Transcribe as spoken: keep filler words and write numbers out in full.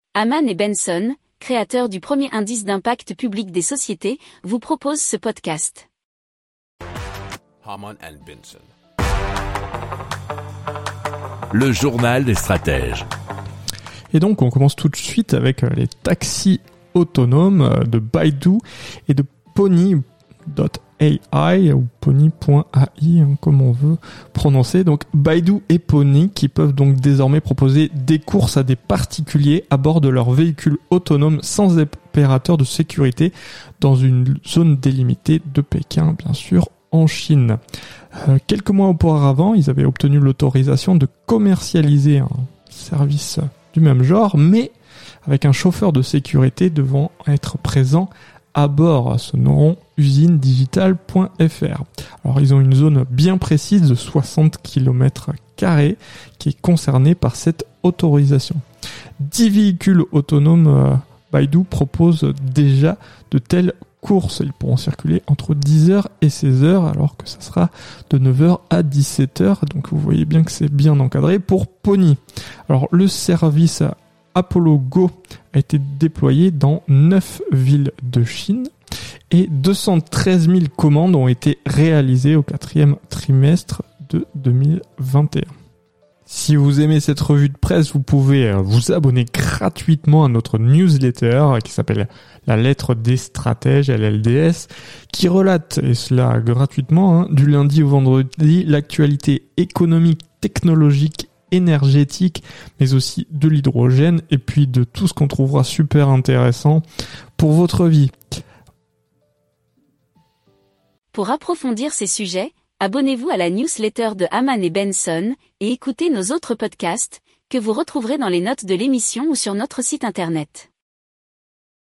Hamann et Benson, créateurs du premier indice d'impact public des sociétés, vous proposent ce podcast. Hamann and Benson. Le journal des stratèges. Et donc on commence tout de suite avec les taxis autonomes de Baidu et de Pony point A I ou Pony point A I, hein, comme on veut prononcer. Donc Baidu et Pony qui peuvent donc désormais proposer des courses à des particuliers à bord de leurs véhicules autonomes sans opérateur de sécurité dans une zone délimitée de Pékin, bien sûr, en Chine. Euh, quelques mois auparavant, ils avaient obtenu l'autorisation de commercialiser un service du même genre, mais avec un chauffeur de sécurité devant être présent à bord, ce nom usine digital point f r. Alors ils ont une zone bien précise de soixante kilomètres carrés qui est concernée par cette autorisation. dix véhicules autonomes euh, Baidu propose déjà de telles courses. Ils pourront circuler entre dix heures et seize heures alors que ça sera de neuf heures à dix-sept heures. Donc vous voyez bien que c'est bien encadré. Pour Pony, alors le service Apollo Go a été déployé dans neuf villes de Chine et deux cent treize mille commandes ont été réalisées au quatrième trimestre de deux mille vingt et un. Si vous aimez cette revue de presse, vous pouvez vous abonner gratuitement à notre newsletter qui s'appelle La Lettre des Stratèges, L L D S, qui relate, et cela gratuitement, hein, du lundi au vendredi, l'actualité économique, technologique, énergétique, mais aussi de l'hydrogène, et puis de tout ce qu'on trouvera super intéressant pour votre vie. Pour approfondir ces sujets, abonnez-vous à la newsletter de Hamann et Benson et écoutez nos autres podcasts que vous retrouverez dans les notes de l'émission ou sur notre site internet.